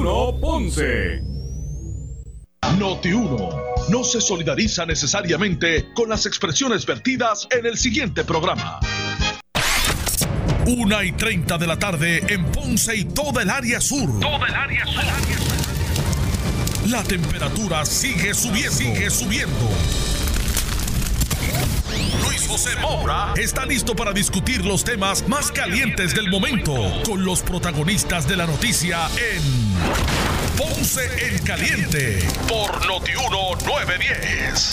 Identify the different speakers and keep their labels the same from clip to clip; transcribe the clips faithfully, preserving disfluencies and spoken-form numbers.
Speaker 1: uno Ponce.
Speaker 2: Noti uno no se solidariza necesariamente con las expresiones vertidas en el siguiente programa. Una y treinta de la tarde en Ponce y toda el área sur. Toda el área sur. La temperatura sigue subiendo. Sigue subiendo. Luis José Moura está listo para discutir los temas más calientes del momento con los protagonistas de la noticia en Ponce en Caliente por Noti uno nueve diez.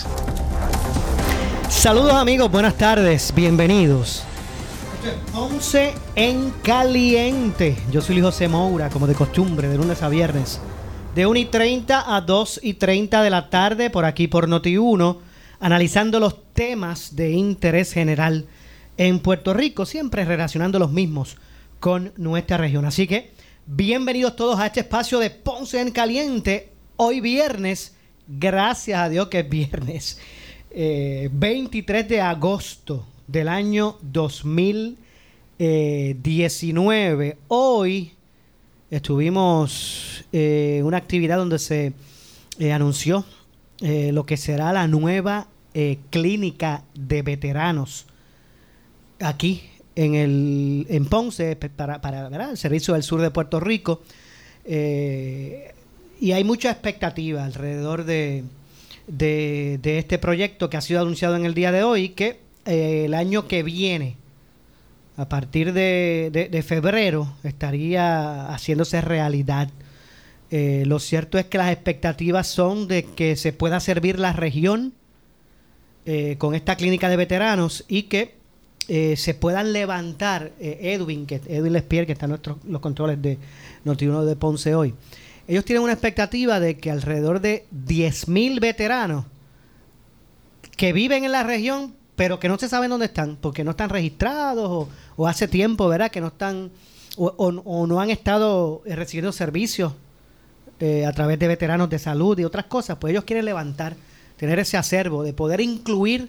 Speaker 3: Saludos amigos, buenas tardes, bienvenidos. Ponce en Caliente. Yo soy Luis José Moura, como de costumbre, de lunes a viernes, de una y treinta a dos y treinta de la tarde, por aquí por Noti uno, analizando los temas de interés general en Puerto Rico, siempre relacionando los mismos con nuestra región. Así que, bienvenidos todos a este espacio de Ponce en Caliente. Hoy viernes, gracias a Dios que es viernes, eh, veintitrés de agosto del año dos mil diecinueve. Hoy estuvimos en eh, una actividad donde se eh, anunció eh, lo que será la nueva eh, clínica de veteranos aquí en el en Ponce para, para ¿verdad? El Servicio del Sur de Puerto Rico. Eh, y hay mucha expectativa alrededor de, de, de este proyecto que ha sido anunciado en el día de hoy, que Eh, el año que viene, a partir de, de, de febrero, estaría haciéndose realidad. Eh, lo cierto es que las expectativas son de que se pueda servir la región eh, con esta clínica de veteranos y que eh, se puedan levantar eh, Edwin, que Edwin Lespierre, que está en nuestros, los controles de Noti uno de Ponce hoy. Ellos tienen una expectativa de que alrededor de diez mil veteranos que viven en la región, pero que no se saben dónde están, porque no están registrados o, o hace tiempo, ¿verdad?, que no están o, o, o no han estado recibiendo servicios eh, a través de veteranos de salud y otras cosas. Pues ellos quieren levantar, tener ese acervo, de poder incluir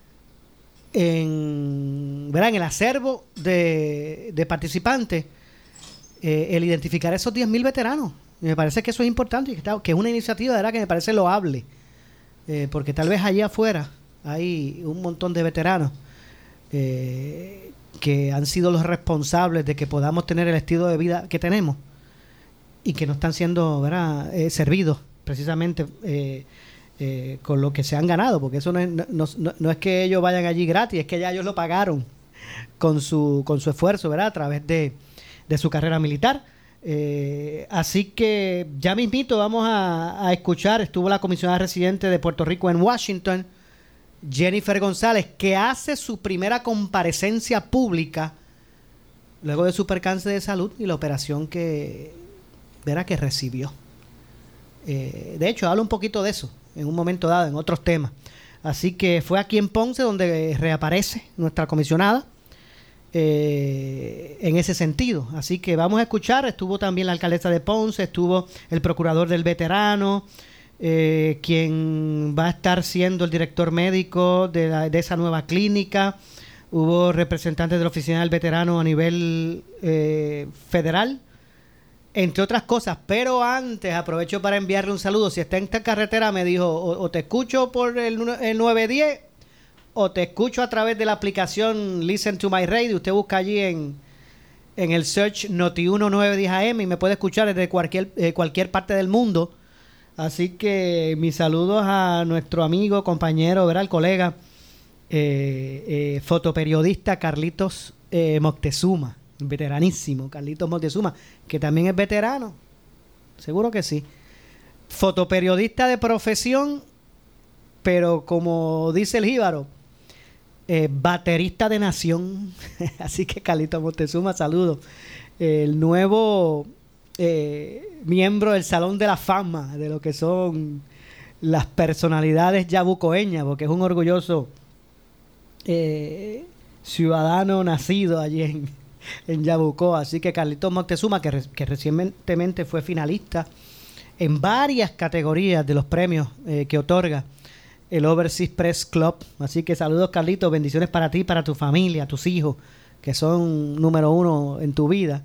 Speaker 3: en, ¿verdad?, en el acervo de, de participantes eh, el identificar esos diez mil veteranos. Y me parece que eso es importante y que, está, que es una iniciativa, ¿verdad?, que me parece loable, eh, porque tal vez allá afuera hay un montón de veteranos eh, que han sido los responsables de que podamos tener el estilo de vida que tenemos y que no están siendo, ¿verdad?, eh, servidos precisamente eh, eh, con lo que se han ganado, porque eso no es, no, no, no es que ellos vayan allí gratis, es que ya ellos lo pagaron con su con su esfuerzo, ¿verdad?, a través de, de su carrera militar. Eh, así que ya mismito vamos a, a escuchar. Estuvo la comisionada residente de Puerto Rico en Washington, Jennifer González, que hace su primera comparecencia pública luego de su percance de salud y la operación que, verá, que recibió. Eh, de hecho, habla un poquito de eso en un momento dado, en otros temas. Así que fue aquí en Ponce donde reaparece nuestra comisionada eh, en ese sentido. Así que vamos a escuchar. Estuvo también la alcaldesa de Ponce, estuvo el procurador del veterano, Eh, quien va a estar siendo el director médico de, la, de esa nueva clínica. Hubo representantes de la oficina del veterano a nivel eh, federal, entre otras cosas. Pero antes aprovecho para enviarle un saludo. Si está en esta carretera, me dijo, o, o te escucho por el, el nueve diez o te escucho a través de la aplicación Listen to My Radio. Usted busca allí en, en el search Noti uno nueve diez A M y me puede escuchar desde cualquier, eh, cualquier parte del mundo. Así que mis saludos a nuestro amigo, compañero, ¿verdad?, el colega, eh, eh, fotoperiodista Carlitos eh, Moctezuma, veteranísimo, Carlitos Moctezuma, que también es veterano, seguro que sí. Fotoperiodista de profesión, pero como dice el jíbaro, eh, baterista de nación. Así que Carlitos Moctezuma, saludos. El nuevo Eh, miembro del Salón de la Fama de lo que son las personalidades yabucoeñas, porque es un orgulloso eh, ciudadano nacido allí en, en Yabucoa. Así que Carlitos Moctezuma, que, re, que recientemente fue finalista en varias categorías de los premios eh, que otorga el Overseas Press Club. Así que saludos, Carlitos, bendiciones para ti, para tu familia, tus hijos, que son número uno en tu vida.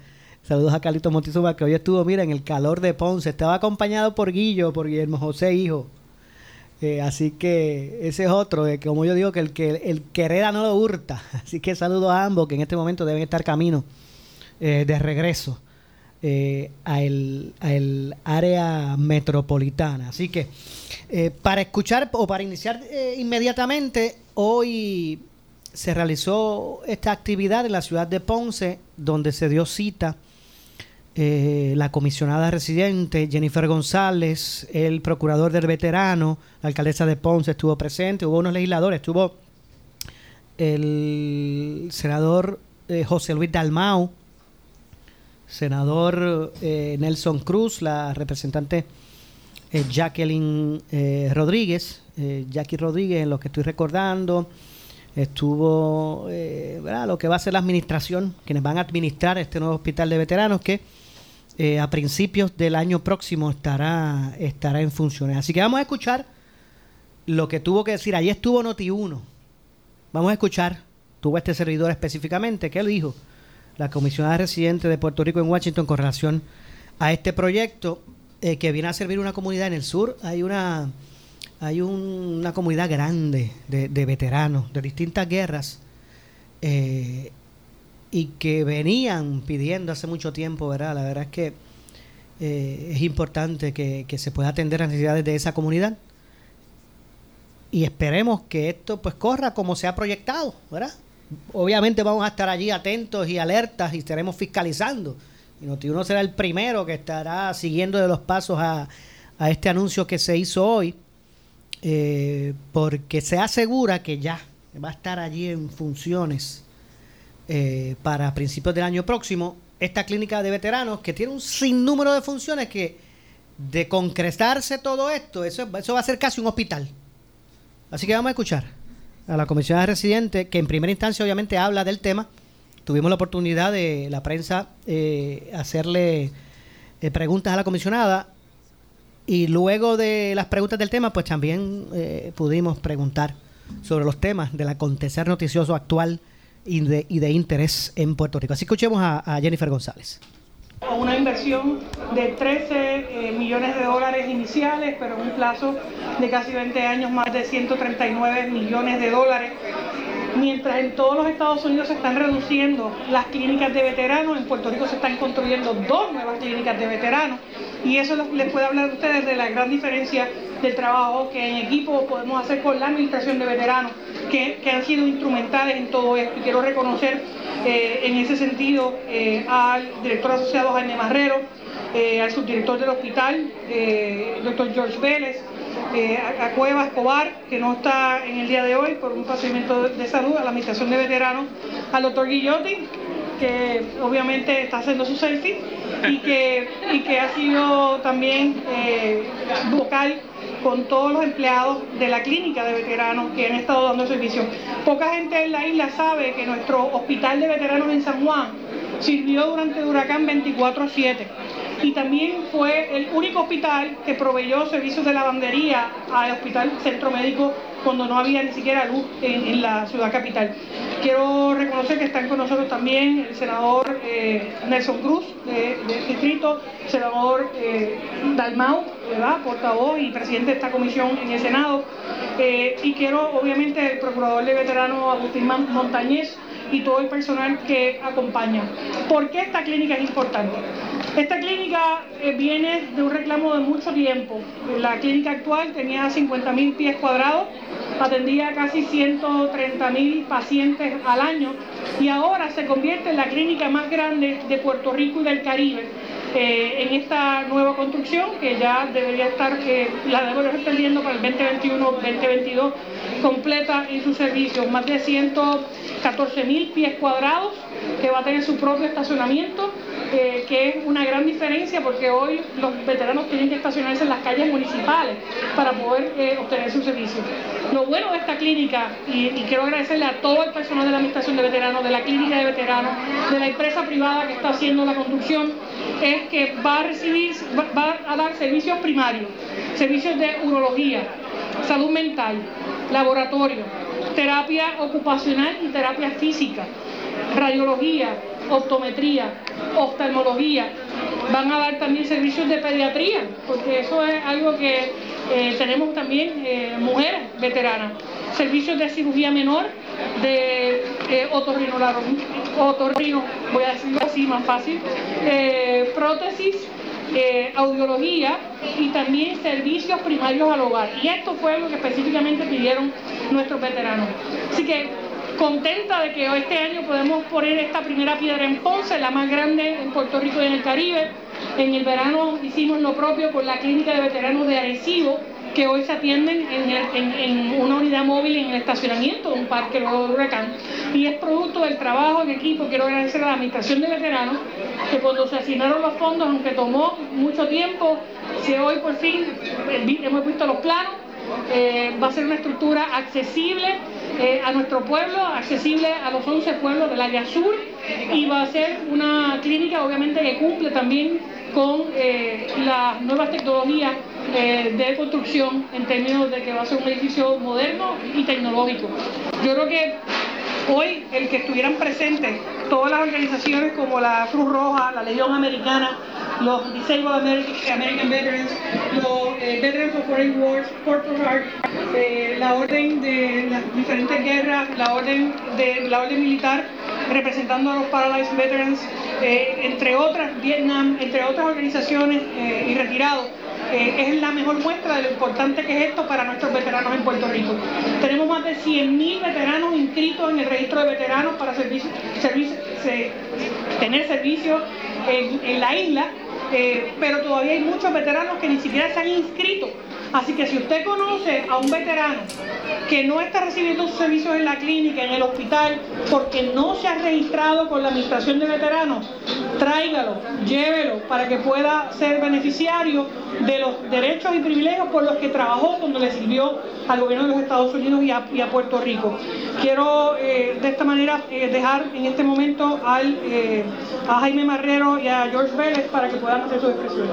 Speaker 3: Saludos a Carlitos Montezuma, que hoy estuvo, mira, en el calor de Ponce. Estaba acompañado por Guillo, por Guillermo José, hijo. Eh, así que ese es otro, eh, como yo digo, que el que el que hereda no lo hurta. Así que saludos a ambos, que en este momento deben estar camino eh, de regreso eh, a, el, a el área metropolitana. Así que eh, para escuchar o para iniciar eh, inmediatamente, hoy se realizó esta actividad en la ciudad de Ponce, donde se dio cita Eh, la comisionada residente Jennifer González, el procurador del veterano, la alcaldesa de Ponce estuvo presente, hubo unos legisladores, estuvo el senador eh, José Luis Dalmau, senador eh, Nelson Cruz, la representante eh, Jacqueline eh, Rodríguez, eh, Jackie Rodríguez, en lo que estoy recordando, estuvo eh, ¿verdad? Lo que va a ser la administración, quienes van a administrar este nuevo hospital de veteranos que Eh, a principios del año próximo estará estará en funciones. Así que vamos a escuchar lo que tuvo que decir. Allí estuvo Noti uno. Vamos a escuchar, tuvo este servidor específicamente, ¿qué dijo la comisionada residente de Puerto Rico en Washington con relación a este proyecto eh, que viene a servir una comunidad en el sur? Hay una hay un, una comunidad grande de, de veteranos de distintas guerras eh, y que venían pidiendo hace mucho tiempo, ¿verdad? La verdad es que eh, es importante que, que se pueda atender las necesidades de esa comunidad y esperemos que esto pues corra como se ha proyectado, ¿verdad? Obviamente vamos a estar allí atentos y alertas y estaremos fiscalizando. Y Noti uno será el primero que estará siguiendo de los pasos a, a este anuncio que se hizo hoy, eh, porque se asegura que ya va a estar allí en funciones Eh, para principios del año próximo esta clínica de veteranos que tiene un sinnúmero de funciones que de concretarse todo esto, eso, eso va a ser casi un hospital. Así que vamos a escuchar a la comisionada residente que en primera instancia obviamente habla del tema. Tuvimos la oportunidad de la prensa eh, hacerle eh, preguntas a la comisionada y luego de las preguntas del tema pues también eh, pudimos preguntar sobre los temas del acontecer noticioso actual Y de, y de interés en Puerto Rico. Así que escuchemos a, a Jennifer González.
Speaker 1: Una inversión de trece eh, millones de dólares iniciales, pero en un plazo de casi veinte años, más de ciento treinta y nueve millones de dólares. Mientras en todos los Estados Unidos se están reduciendo las clínicas de veteranos, en Puerto Rico se están construyendo dos nuevas clínicas de veteranos. Y eso les puede hablar a ustedes de la gran diferencia del trabajo que en equipo podemos hacer con la administración de veteranos, que, que han sido instrumentales en todo esto. Y quiero reconocer eh, en ese sentido eh, al director asociado Jaime Marrero, eh, al subdirector del hospital, eh, doctor George Vélez, eh, a, a Cueva Escobar, que no está en el día de hoy por un procedimiento de, de salud, a la administración de veteranos, al doctor Guillotti, que obviamente está haciendo su selfie, y que, y que ha sido también eh, vocal con todos los empleados de la clínica de veteranos que han estado dando servicio. Poca gente en la isla sabe que nuestro hospital de veteranos en San Juan sirvió durante el huracán veinticuatro siete y también fue el único hospital que proveyó servicios de lavandería al Hospital Centro Médico cuando no había ni siquiera luz en, en la ciudad capital. Quiero reconocer que están con nosotros también el senador eh, Nelson Cruz de, del distrito, el senador eh, Dalmau, ¿verdad?, portavoz y presidente de esta comisión en el Senado, eh, y quiero obviamente el procurador de veteranos Agustín Montañez y todo el personal que acompaña. ¿Por qué esta clínica es importante? Esta clínica eh, viene de un reclamo de mucho tiempo. La clínica actual tenía cincuenta mil pies cuadrados, atendía casi ciento treinta mil pacientes al año y ahora se convierte en la clínica más grande de Puerto Rico y del Caribe eh, en esta nueva construcción que ya debería estar, eh, la debemos estar teniendo para el veinte veintiuno veinte veintidós completa en sus servicios, más de ciento catorce mil pies cuadrados, que va a tener su propio estacionamiento, eh, que es una gran diferencia porque hoy los veteranos tienen que estacionarse en las calles municipales para poder eh, obtener sus servicios. Lo bueno de esta clínica, y, y quiero agradecerle a todo el personal de la administración de veteranos, de la clínica de veteranos, de la empresa privada que está haciendo la construcción, es que va a recibir, va, va a dar servicios primarios, servicios de urología, salud mental, laboratorio, terapia ocupacional y terapia física, radiología, optometría, oftalmología. Van a dar también servicios de pediatría, porque eso es algo que eh, tenemos también eh, mujeres veteranas. Servicios de cirugía menor, de eh, otorrino, otorrino, voy a decirlo así más fácil, eh, prótesis, eh, audiología y también servicios primarios al hogar. Y esto fue lo que específicamente pidieron nuestros veteranos. Así que contenta de que este año podemos poner esta primera piedra en Ponce, la más grande en Puerto Rico y en el Caribe. En el verano hicimos lo propio con la clínica de veteranos de Arecibo, que hoy se atienden en, el, en, en una unidad móvil en el estacionamiento de un parque luego del huracán. Y es producto del trabajo en equipo. Quiero agradecer a la Administración de Veteranos, que cuando se asignaron los fondos, aunque tomó mucho tiempo, si hoy por fin hemos visto los planos, eh, va a ser una estructura accesible eh, a nuestro pueblo, accesible a los once pueblos del área sur, y va a ser una clínica obviamente que cumple también con eh, las nuevas tecnologías eh, de construcción, en términos de que va a ser un edificio moderno y tecnológico. Yo creo que hoy el que estuvieran presentes todas las organizaciones como la Cruz Roja, la Legión Americana, los Disabled American, American Veterans, los eh, Veterans of Foreign Wars, Purple Heart, eh, la orden de las diferentes guerras, la orden de la orden militar representando a los Paralyzed Veterans, eh, entre otras, Vietnam, entre otras organizaciones eh, y retirados. Eh, es la mejor muestra de lo importante que es esto para nuestros veteranos en Puerto Rico. Tenemos más de cien mil veteranos inscritos en el registro de veteranos para servicio, servicio, se, tener servicio en, en la isla, eh, pero todavía hay muchos veteranos que ni siquiera se han inscrito. Así que si usted conoce a un veterano que no está recibiendo sus servicios en la clínica, en el hospital, porque no se ha registrado con la Administración de Veteranos, tráigalo, llévelo para que pueda ser beneficiario de los derechos y privilegios por los que trabajó cuando le sirvió al gobierno de los Estados Unidos y a, y a Puerto Rico. Quiero eh, de esta manera eh, dejar en este momento al, eh, a Jaime Marrero y a George Vélez para que puedan hacer sus expresiones.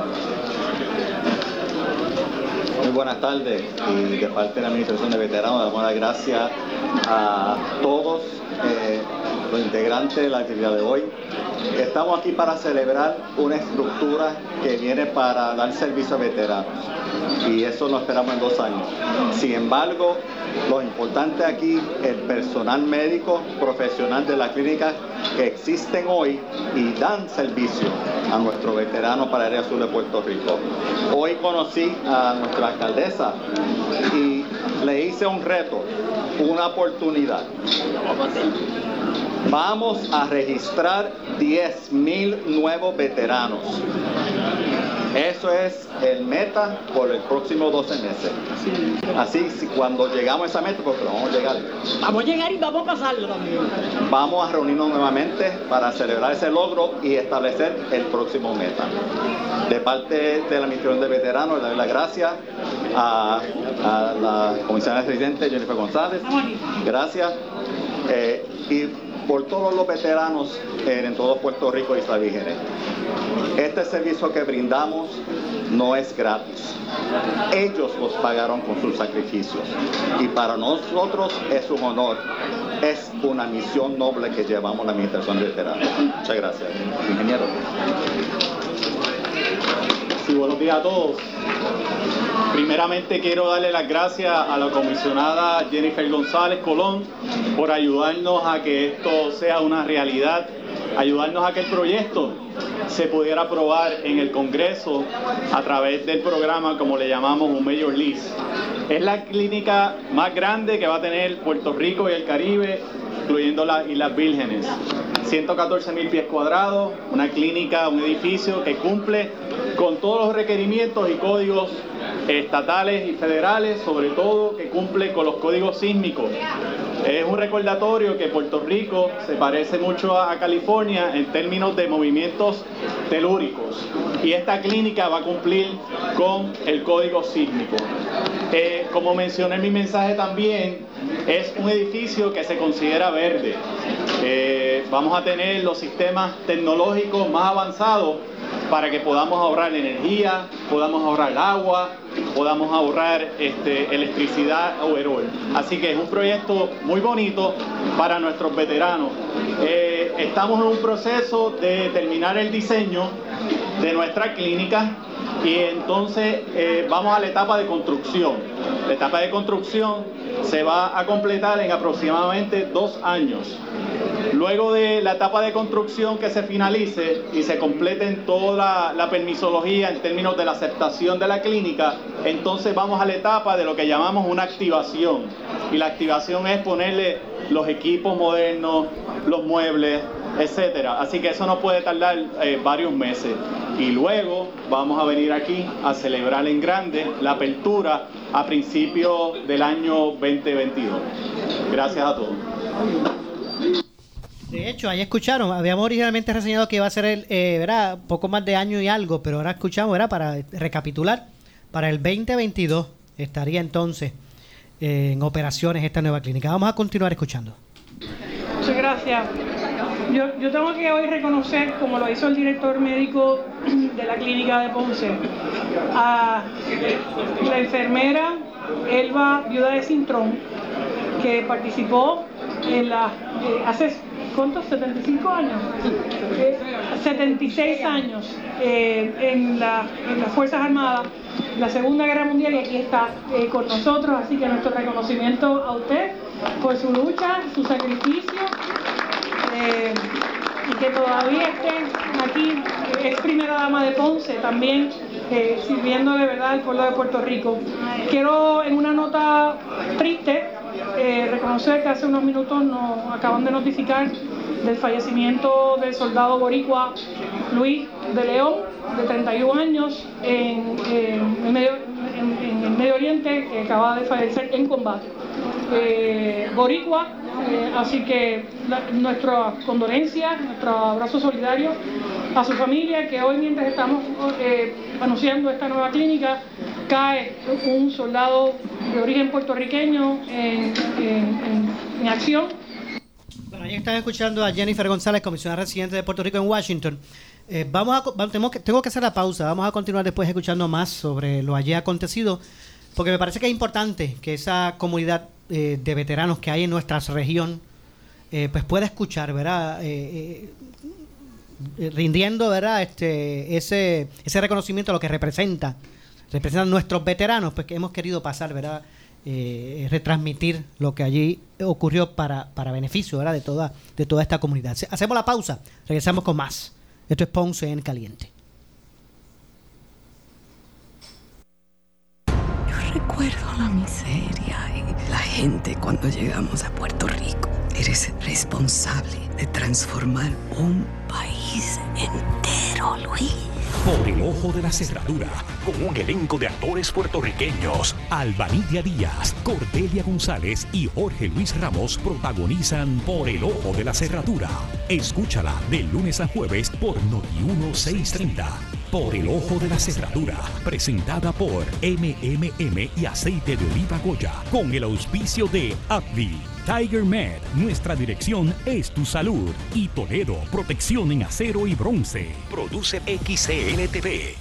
Speaker 4: Muy buenas tardes, y de parte de la Administración de Veteranos damos las gracias a todos eh, los integrantes de la actividad de hoy. Estamos aquí para celebrar una estructura que viene para dar servicio a veteranos, y eso lo esperamos en dos años. Sin embargo, lo importante aquí, el personal médico profesional de la clínica que existen hoy y dan servicio a nuestros veteranos para el área sur de Puerto Rico. Hoy conocí a nuestra alcaldesa y le hice un reto, una oportunidad. Vamos a registrar diez mil nuevos veteranos. Eso es el meta por el próximo doce meses. Así, si cuando llegamos a esa meta, porque vamos a llegar.
Speaker 5: Vamos a llegar y vamos a pasarlo también.
Speaker 4: Vamos a reunirnos nuevamente para celebrar ese logro y establecer el próximo meta. De parte de la Administración de Veteranos, le doy las gracias a, a la comisionada residente Jennifer González. Gracias. Eh, y por todos los veteranos eh, en todo Puerto Rico y Islas Vírgenes. Este servicio que brindamos no es gratis. Ellos los pagaron con sus sacrificios. Y para nosotros es un honor. Es una misión noble que llevamos la Administración de Veteranos. Muchas gracias. Ingeniero.
Speaker 6: Sí, buenos días a todos. Primeramente quiero darle las gracias a la comisionada Jennifer González Colón por ayudarnos a que esto sea una realidad, ayudarnos a que el proyecto se pudiera aprobar en el Congreso a través del programa, como le llamamos, un Major Lease. Es la clínica más grande que va a tener Puerto Rico y el Caribe, incluyendo las Islas Vírgenes. ciento catorce mil pies cuadrados, una clínica, un edificio que cumple con todos los requerimientos y códigos estatales y federales, sobre todo que cumple con los códigos sísmicos. Es un recordatorio que Puerto Rico se parece mucho a California en términos de movimientos telúricos, y esta clínica va a cumplir con el código sísmico. Eh, como mencioné en mi mensaje también, es un edificio que se considera verde. Eh, vamos a tener los sistemas tecnológicos más avanzados para que podamos ahorrar energía, podamos ahorrar agua, podamos ahorrar este, electricidad overall. Así que es un proyecto muy bonito para nuestros veteranos. Eh, estamos en un proceso de terminar el diseño de nuestra clínica y entonces eh, vamos a la etapa de construcción. La etapa de construcción se va a completar en aproximadamente dos años. Luego de la etapa de construcción que se finalice y se complete toda la, la permisología en términos de la aceptación de la clínica, entonces vamos a la etapa de lo que llamamos una activación. Y la activación es ponerle los equipos modernos, los muebles, etcétera. Así que eso nos puede tardar eh, varios meses. Y luego vamos a venir aquí a celebrar en grande la apertura a principios del año veinte veintidós. Gracias a todos.
Speaker 3: De hecho, ahí escucharon, habíamos originalmente reseñado que iba a ser el, eh, ¿verdad? poco más de año y algo, pero ahora escuchamos, ¿verdad? Para recapitular, para el veinte veintidós estaría entonces eh, en operaciones esta nueva clínica. Vamos a continuar escuchando.
Speaker 1: Muchas gracias. Yo, yo tengo que hoy reconocer, como lo hizo el director médico de la clínica de Ponce, a la enfermera Elba Viuda de Cintrón, que participó en la, eh, hace, ¿cuántos? setenta y cinco años, eh, setenta y seis años eh, en, la, en las Fuerzas Armadas, la Segunda Guerra Mundial, y aquí está eh, con nosotros, así que nuestro reconocimiento a usted por su lucha, su sacrificio, eh, y que todavía esté aquí, es primera dama de Ponce también, eh, sirviéndole, ¿verdad?, al pueblo de Puerto Rico. Quiero, en una nota triste, eh, reconocer que hace unos minutos nos acaban de notificar del fallecimiento del soldado boricua Luis de León, de treinta y un años, en, en, el, medio, en, en el Medio Oriente, que acaba de fallecer en combate. Eh, boricua, eh, así que la, nuestra condolencia, nuestro abrazo solidario a su familia, que hoy, mientras estamos eh, anunciando esta nueva clínica, cae un soldado de origen puertorriqueño en, en, en, en acción.
Speaker 3: Bueno, ahí están escuchando a Jennifer González, comisionada residente de Puerto Rico en Washington. Eh, vamos a, vamos, tengo, que, tengo que hacer la pausa, vamos a continuar después escuchando más sobre lo allí acontecido, porque me parece que es importante que esa comunidad eh, de veteranos que hay en nuestra región eh, pues pueda escuchar, ¿verdad? Eh, eh, rindiendo, ¿verdad? Este, ese, ese reconocimiento a lo que representa, representan nuestros veteranos, pues que hemos querido pasar, ¿verdad? Eh, retransmitir lo que allí ocurrió para, para beneficio, ¿verdad?, de toda, de toda esta comunidad. Hacemos la pausa, regresamos con más. Esto es Ponce en Caliente.
Speaker 7: Yo recuerdo la miseria y la gente cuando llegamos a Puerto Rico. Eres responsable de transformar un país entero, Luis.
Speaker 8: Por el ojo de la cerradura, con un elenco de actores puertorriqueños, Albanidia Díaz, Cordelia González y Jorge Luis Ramos protagonizan Por el ojo de la cerradura. Escúchala de lunes a jueves por Noti uno seiscientos treinta. Por el ojo de la cerradura, presentada por M M M y Aceite de Oliva Goya, con el auspicio de Advi, Tiger Med, nuestra dirección es tu salud, y Toledo, protección en acero y bronce. Produce X C L T V.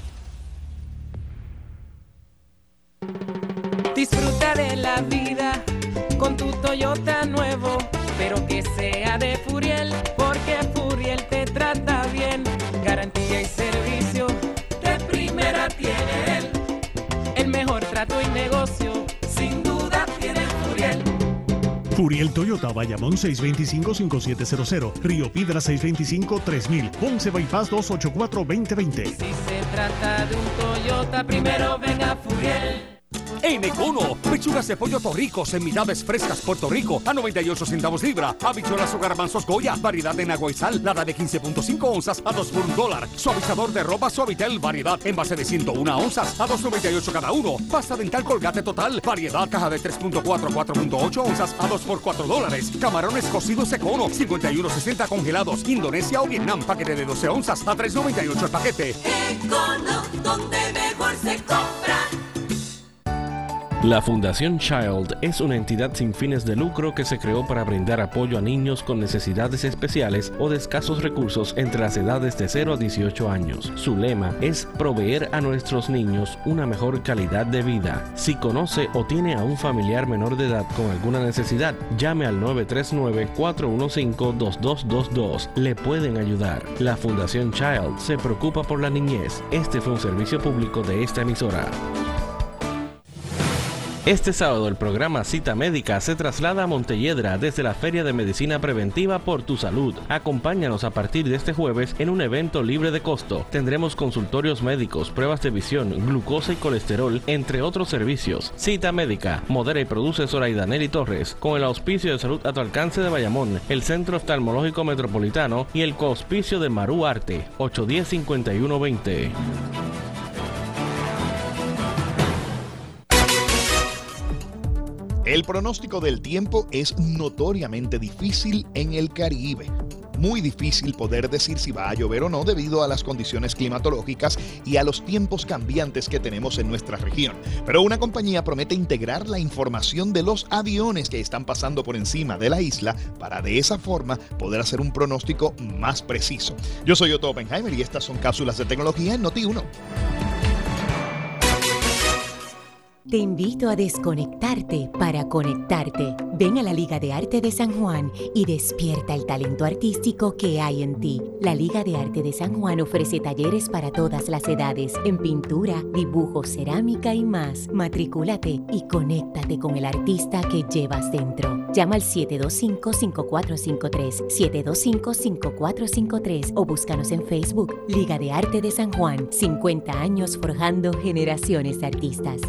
Speaker 9: Disfruta de la vida con tu Toyota nuevo, pero que sea de Furiel, porque Furiel te trata bien. Garantía y servicio de primera tiene él. El mejor trato y negocio, sin duda tiene Furiel.
Speaker 10: Furiel Toyota, Bayamón seis dos cinco, cinco siete cero cero, Río Piedra seis dos cinco, tres mil, Ponce Bypass dos ocho cuatro, dos cero dos cero.
Speaker 9: Si se trata de un Toyota, primero venga Furiel.
Speaker 11: En Econo, pechugas de pollo Torricos en mitades frescas Puerto Rico a noventa y ocho centavos libra. Habichuelas o garbanzos Goya, variedad en agua y sal, lata de quince punto cinco onzas a dos por un dólar. Suavizador de ropa Suavitel, variedad en base de ciento una onzas a dos noventa y ocho cada uno. Pasta dental Colgate Total, variedad caja de tres punto cuatro, cuatro punto ocho onzas a dos por cuatro dólares. Camarones cocidos Econo, cincuenta y uno sesenta congelados. Indonesia o Vietnam, paquete de doce onzas a tres noventa y ocho el paquete.
Speaker 9: Econo, donde mejor se compra.
Speaker 12: La Fundación Child es una entidad sin fines de lucro que se creó para brindar apoyo a niños con necesidades especiales o de escasos recursos entre las edades de cero a dieciocho años. Su lema es proveer a nuestros niños una mejor calidad de vida. Si conoce o tiene a un familiar menor de edad con alguna necesidad, llame al nueve tres nueve, cuatro uno cinco, dos dos dos dos. Le pueden ayudar. La Fundación Child se preocupa por la niñez. Este fue un servicio público de esta emisora. Este sábado el programa Cita Médica se traslada a Montelledra desde la Feria de Medicina Preventiva por tu Salud. Acompáñanos a partir de este jueves en un evento libre de costo. Tendremos consultorios médicos, pruebas de visión, glucosa y colesterol, entre otros servicios. Cita Médica, modera y produce Zoraida Nelly Torres, con el auspicio de Salud a tu alcance de Bayamón, el Centro Oftalmológico Metropolitano y el coauspicio de Maru Arte. ocho uno cero, cinco uno dos cero.
Speaker 13: El pronóstico del tiempo es notoriamente difícil en el Caribe. Muy difícil poder decir si va a llover o no debido a las condiciones climatológicas y a los tiempos cambiantes que tenemos en nuestra región. Pero una compañía promete integrar la información de los aviones que están pasando por encima de la isla para de esa forma poder hacer un pronóstico más preciso. Yo soy Otto Oppenheimer y estas son cápsulas de tecnología en Noti uno.
Speaker 14: Te invito a desconectarte para conectarte. Ven a la Liga de Arte de San Juan y despierta el talento artístico que hay en ti. La Liga de Arte de San Juan ofrece talleres para todas las edades, en pintura, dibujo, cerámica y más. Matricúlate y conéctate con el artista que llevas dentro. Llama al siete dos cinco, cinco cuatro cinco tres, siete dos cinco, cinco cuatro cinco tres o búscanos en Facebook. Liga de Arte de San Juan, cincuenta años forjando generaciones de artistas.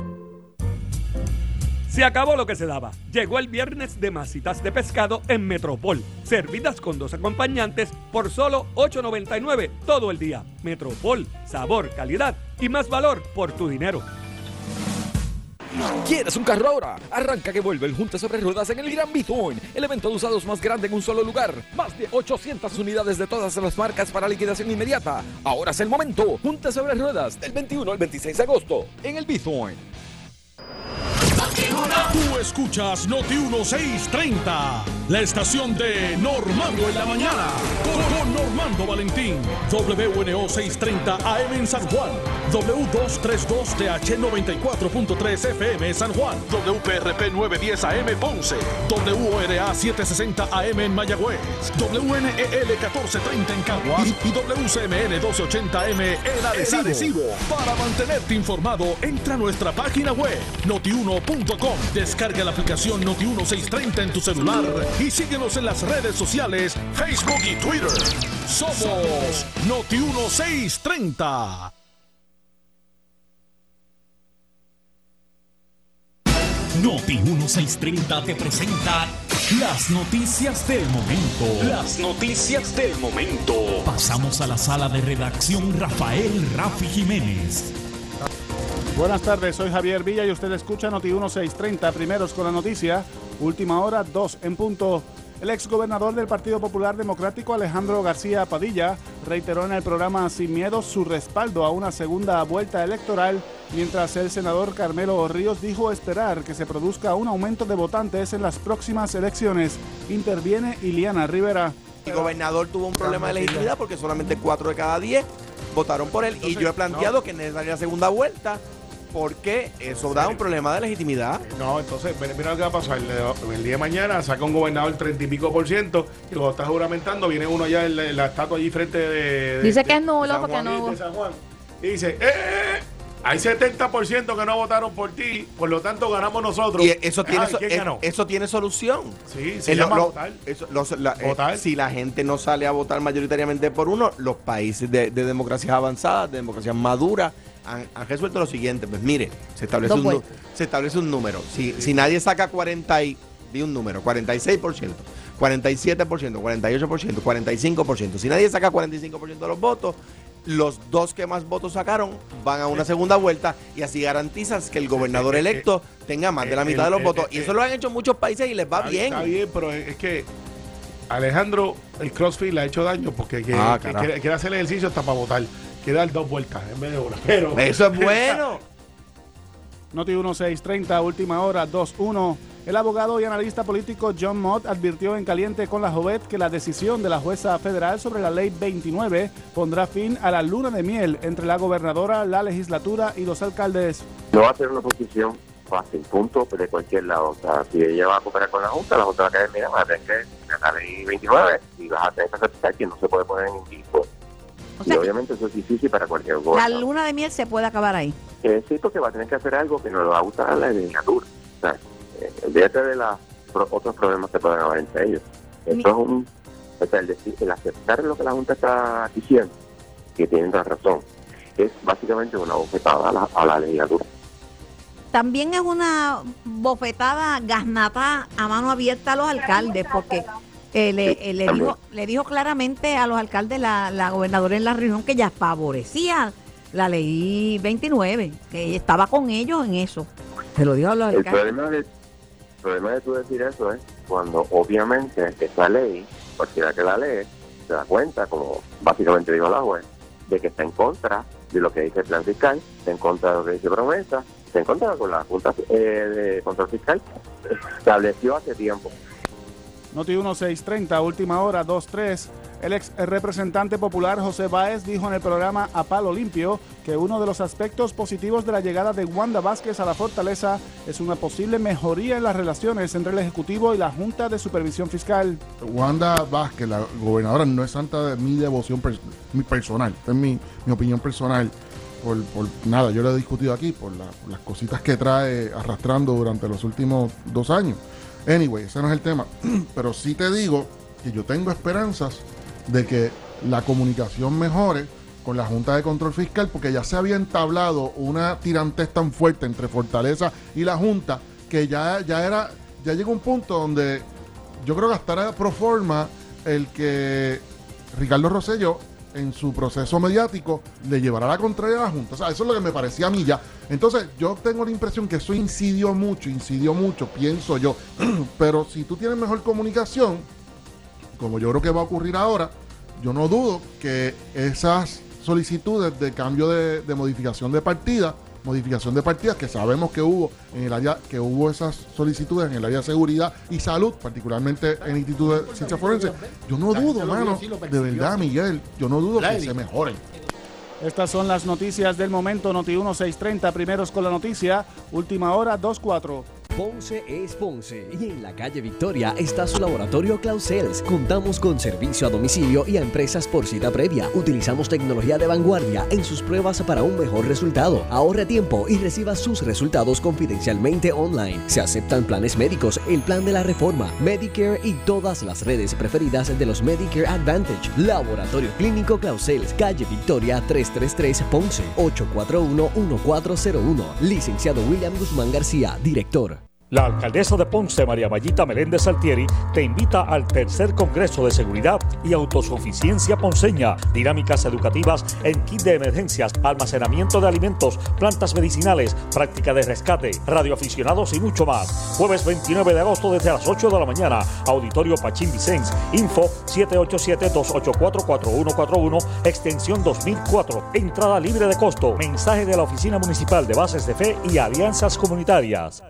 Speaker 11: Se acabó lo que se daba. Llegó el viernes de masitas de pescado en Metropol, servidas con dos acompañantes por solo ocho noventa y nueve todo el día. Metropol, sabor, calidad y más valor por tu dinero.
Speaker 15: ¿Quieres un carro ahora? Arranca que vuelve el Junte sobre Ruedas en el Gran Bithorn, el evento de usados más grande en un solo lugar. Más de ochocientas unidades de todas las marcas para liquidación inmediata. Ahora es el momento. Junte sobre Ruedas del veintiuno al veintiséis de agosto en el Bithorn.
Speaker 2: Tú escuchas Noti uno seiscientos treinta, la estación de Normando en la mañana, con, con Normando Valentín, W N O seiscientos treinta A M en San Juan, W doscientos treinta y dos T H noventa y cuatro punto tres F M en San Juan, W P R P novecientos diez A M Ponce, W O R A setecientos sesenta A M en Mayagüez, W N E L catorce treinta en Caguas y, y W C M N doce ochenta A M en Arecibo. Arecibo. Para mantenerte informado, entra a nuestra página web noti uno punto com. Descarga la aplicación Noti uno seiscientos treinta en tu celular y síguenos en las redes sociales, Facebook y Twitter. Somos Noti uno seiscientos treinta.
Speaker 8: Noti uno seiscientos treinta te presenta las noticias del momento. Las noticias del momento. Pasamos a la sala de redacción. Rafael Rafi Jiménez.
Speaker 16: Buenas tardes, soy Javier Villa y usted escucha Noti uno seiscientos treinta, primeros con la noticia, última hora, dos en punto. El exgobernador del Partido Popular Democrático, Alejandro García Padilla, reiteró en el programa Sin Miedo su respaldo a una segunda vuelta electoral, mientras el senador Carmelo Ríos dijo esperar que se produzca un aumento de votantes en las próximas elecciones. Interviene Iliana Rivera.
Speaker 17: El gobernador tuvo un problema de legitimidad porque solamente cuatro de cada diez votaron por él. Entonces, y yo he planteado no. que es necesaria la segunda vuelta porque eso da un problema de legitimidad.
Speaker 18: No, entonces, mira lo que va a pasar. El, el día de mañana saca un gobernador treinta y pico por ciento y cuando está juramentando viene uno allá en la, en la estatua allí frente de... de
Speaker 19: dice de, que es nulo
Speaker 18: porque
Speaker 19: no...
Speaker 18: De San Juan, y dice, ¡eh, eh, eh! Hay setenta por ciento que no votaron por ti, por lo tanto ganamos nosotros.
Speaker 17: Y eso tiene,
Speaker 18: Ay, ¿quién ganó?
Speaker 17: eso tiene solución.
Speaker 18: Sí, se
Speaker 17: eh,
Speaker 18: llama
Speaker 17: lo,
Speaker 18: votar.
Speaker 17: Eso, lo, la,
Speaker 18: votar.
Speaker 17: Eh, si la gente no sale a votar mayoritariamente por uno, los países de, de democracias avanzadas, de democracias maduras, han, han resuelto lo siguiente. Pues mire, se establece, un, se establece un número. Si, si nadie saca cuarenta y, di un número, cuarenta y seis por ciento, cuarenta y siete por ciento, cuarenta y ocho por ciento, cuarenta y cinco por ciento. Si nadie saca cuarenta y cinco por ciento de los votos, los dos que más votos sacaron van a una segunda vuelta y así garantizas que el gobernador electo tenga más de la mitad de los votos. Y eso lo han hecho en muchos países y les va bien.
Speaker 18: Está bien, pero es que Alejandro, el CrossFit le ha hecho daño porque quiere, ah, quiere, quiere hacer el ejercicio hasta para votar. Quiere dar dos vueltas en vez de una. Pero
Speaker 17: eso es bueno.
Speaker 16: Noti uno seiscientos treinta, última hora, dos uno. El abogado y analista político John Mott advirtió en Caliente con la Jovet que la decisión de la jueza federal sobre la ley veintinueve pondrá fin a la luna de miel entre la gobernadora, la legislatura y los alcaldes.
Speaker 19: No va a ser una posición fácil, punto, de cualquier lado. O sea, si ella va a cooperar con la Junta, la Junta va a caer, mira, va a tener que la ley veintinueve y vas a tener que aceptar que no se puede poner en impuesto.
Speaker 20: O sea,
Speaker 19: y obviamente eso es difícil para cualquier gobernador.
Speaker 20: La luna de miel se puede acabar ahí.
Speaker 19: Eh, sí, porque va a tener que hacer algo que no le va a gustar a la legislatura. O sea, eh, olvídate de los pro, otros problemas que pueden haber entre ellos. Esto Mi... es un... O sea, el, decir, el aceptar lo que la Junta está diciendo, que tienen la razón, es básicamente una bofetada a la, a la legislatura.
Speaker 20: También es una bofetada gasnata a mano abierta a los alcaldes, porque eh, le, eh, le, dijo, le dijo claramente a los alcaldes la, la gobernadora en la reunión que ya favorecía la ley veintinueve, que estaba con ellos en eso. Se lo dijo a los alcaldes.
Speaker 19: El problema de, el problema de tú decir eso es cuando obviamente esa ley, cualquiera que la lee, se da cuenta, como básicamente dijo la juez, de que está en contra de lo que dice el plan fiscal, está en contra de lo que dice promesa, se encuentra con la Junta eh, de Control Fiscal estableció hace tiempo.
Speaker 16: Noti uno seiscientos treinta, última hora, dos tres. El ex representante popular José Báez dijo en el programa A Palo Limpio que uno de los aspectos positivos de la llegada de Wanda Vázquez a la Fortaleza es una posible mejoría en las relaciones entre el Ejecutivo y la Junta de Supervisión Fiscal.
Speaker 21: Wanda Vázquez, la gobernadora, no es santa de mi devoción pers- mi personal, es mi, mi opinión personal. Por, por nada, yo lo he discutido aquí por, la, por las cositas que trae arrastrando durante los últimos dos años. Anyway, ese no es el tema. Pero sí te digo que yo tengo esperanzas de que la comunicación mejore con la Junta de Control Fiscal, porque ya se había entablado una tirantez tan fuerte entre Fortaleza y la Junta que ya, ya era, ya llegó un punto donde yo creo que hasta era pro forma el que Ricardo Rosselló en su proceso mediático le llevará la contraria a la Junta. O sea, eso es lo que me parecía a mí ya. Entonces, yo tengo la impresión que eso incidió mucho, incidió mucho, pienso yo. Pero si tú tienes mejor comunicación, como yo creo que va a ocurrir ahora, yo no dudo que esas solicitudes de cambio de, de modificación de partida, modificación de partidas que sabemos que hubo en el área, que hubo esas solicitudes en el área de seguridad y salud, particularmente en el Instituto de Ciencias Forenses. Yo no dudo, mano, de verdad, Miguel, yo no dudo que se mejoren.
Speaker 16: Estas son las noticias del momento. Noti uno seiscientos treinta, primeros con la noticia, última hora, dos cuatro.
Speaker 22: Ponce es Ponce y en la calle Victoria está su laboratorio Clausel's. Contamos con servicio a domicilio y a empresas por cita previa. Utilizamos tecnología de vanguardia en sus pruebas para un mejor resultado. Ahorre tiempo y reciba sus resultados confidencialmente online. Se aceptan planes médicos, el plan de la reforma, Medicare y todas las redes preferidas de los Medicare Advantage. Laboratorio Clínico Clausel's, calle Victoria trescientos treinta y tres Ponce, ocho cuatro uno, uno cuatro cero uno. Licenciado William Guzmán García, director.
Speaker 23: La alcaldesa de Ponce, María Mayita Meléndez Altieri, te invita al tercer Congreso de Seguridad y Autosuficiencia Ponceña. Dinámicas educativas en kit de emergencias, almacenamiento de alimentos, plantas medicinales, práctica de rescate, radioaficionados y mucho más. Jueves veintinueve de agosto desde las ocho de la mañana. Auditorio Pachín Vicens. Info siete ocho siete, dos ocho cuatro, cuatro uno cuatro uno, extensión dos mil cuatro. Entrada libre de costo. Mensaje de la Oficina Municipal de Bases de Fe y Alianzas Comunitarias.